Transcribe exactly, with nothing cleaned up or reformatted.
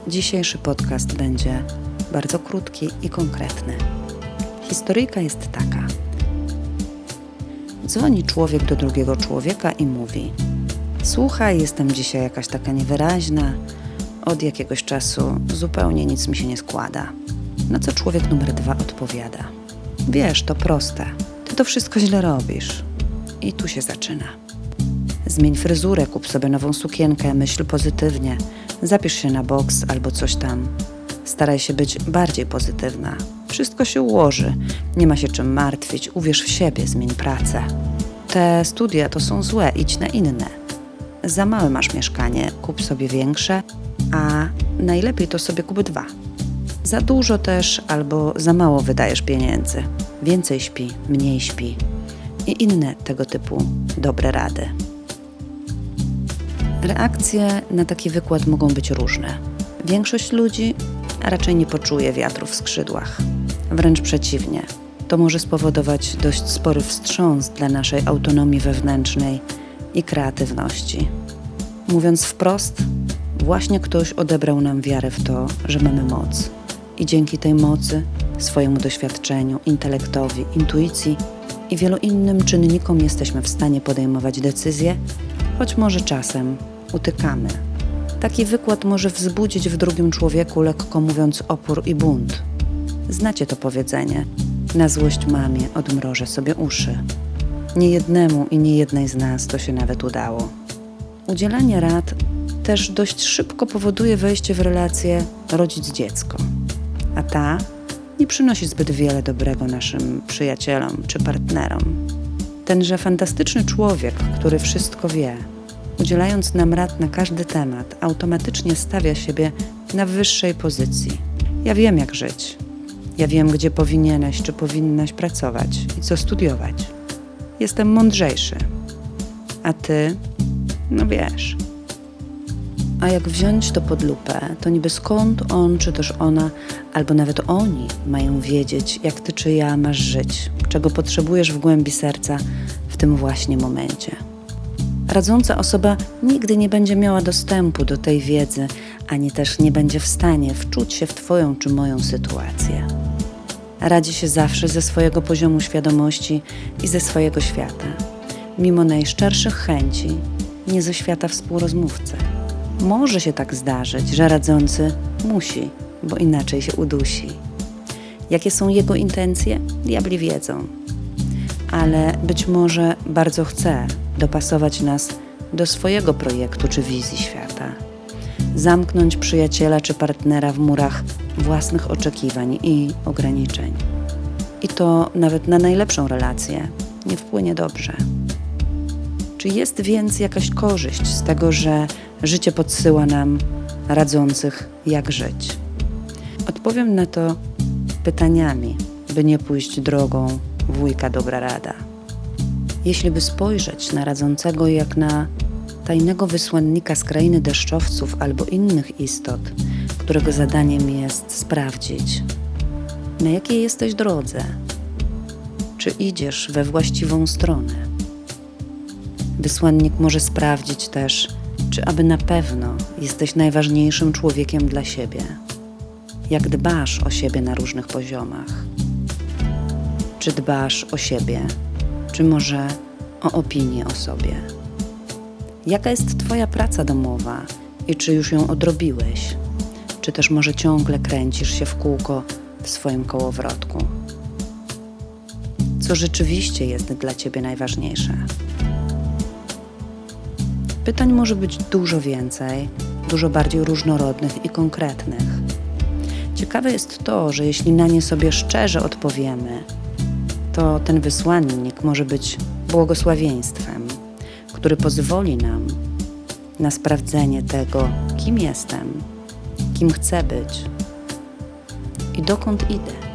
Dzisiejszy podcast będzie bardzo krótki i konkretny. Historyjka jest taka. Dzwoni człowiek do drugiego człowieka i mówi: słuchaj, jestem dzisiaj jakaś taka niewyraźna, od jakiegoś czasu zupełnie nic mi się nie składa. Na co człowiek numer dwa odpowiada: wiesz, to proste, ty to wszystko źle robisz. I tu się zaczyna. Zmień fryzurę, kup sobie nową sukienkę, myśl pozytywnie, zapisz się na boks albo coś tam. Staraj się być bardziej pozytywna. Wszystko się ułoży, nie ma się czym martwić, uwierz w siebie, zmień pracę. Te studia to są złe, idź na inne. Za małe masz mieszkanie, kup sobie większe, a najlepiej to sobie kup dwa. Za dużo też albo za mało wydajesz pieniędzy. Więcej śpi, mniej śpi i inne tego typu dobre rady. Reakcje na taki wykład mogą być różne. Większość ludzi raczej nie poczuje wiatru w skrzydłach. Wręcz przeciwnie. To może spowodować dość spory wstrząs dla naszej autonomii wewnętrznej i kreatywności. Mówiąc wprost, właśnie ktoś odebrał nam wiarę w to, że mamy moc. I dzięki tej mocy, swojemu doświadczeniu, intelektowi, intuicji i wielu innym czynnikom jesteśmy w stanie podejmować decyzje, choć może czasem utykamy. Taki wykład może wzbudzić w drugim człowieku, lekko mówiąc, opór i bunt. Znacie to powiedzenie: na złość mamie odmrożę sobie uszy. Niejednemu i niejednej z nas to się nawet udało. Udzielanie rad też dość szybko powoduje wejście w relację rodzic-dziecko, a ta nie przynosi zbyt wiele dobrego naszym przyjacielom czy partnerom. Tenże fantastyczny człowiek, który wszystko wie, udzielając nam rad na każdy temat, automatycznie stawia siebie na wyższej pozycji. Ja wiem, jak żyć. Ja wiem, gdzie powinieneś czy powinnaś pracować i co studiować. Jestem mądrzejszy. A ty? No wiesz. A jak wziąć to pod lupę, to niby skąd on czy też ona, albo nawet oni mają wiedzieć, jak ty czy ja masz żyć, czego potrzebujesz w głębi serca w tym właśnie momencie. Radząca osoba nigdy nie będzie miała dostępu do tej wiedzy, ani też nie będzie w stanie wczuć się w twoją czy moją sytuację. Radzi się zawsze ze swojego poziomu świadomości i ze swojego świata, mimo najszczerszych chęci, nie ze świata współrozmówcy. Może się tak zdarzyć, że radzący musi, bo inaczej się udusi. Jakie są jego intencje? Diabli wiedzą. Ale być może bardzo chce dopasować nas do swojego projektu czy wizji świata. Zamknąć przyjaciela czy partnera w murach własnych oczekiwań i ograniczeń. I to nawet na najlepszą relację nie wpłynie dobrze. Czy jest więc jakaś korzyść z tego, że życie podsyła nam radzących, jak żyć? Odpowiem na to pytaniami, by nie pójść drogą wujka dobra rada. Jeśli by spojrzeć na radzącego jak na tajnego wysłannika z krainy deszczowców albo innych istot, którego zadaniem jest sprawdzić, na jakiej jesteś drodze, czy idziesz we właściwą stronę. Wysłannik może sprawdzić też, czy aby na pewno jesteś najważniejszym człowiekiem dla siebie, jak dbasz o siebie na różnych poziomach. Czy dbasz o siebie, czy może o opinię o sobie? Jaka jest twoja praca domowa i czy już ją odrobiłeś? Czy też może ciągle kręcisz się w kółko w swoim kołowrotku? Co rzeczywiście jest dla ciebie najważniejsze? Pytań może być dużo więcej, dużo bardziej różnorodnych i konkretnych. Ciekawe jest to, że jeśli na nie sobie szczerze odpowiemy, to ten wysłannik może być błogosławieństwem, który pozwoli nam na sprawdzenie tego, kim jestem, kim chcę być i dokąd idę.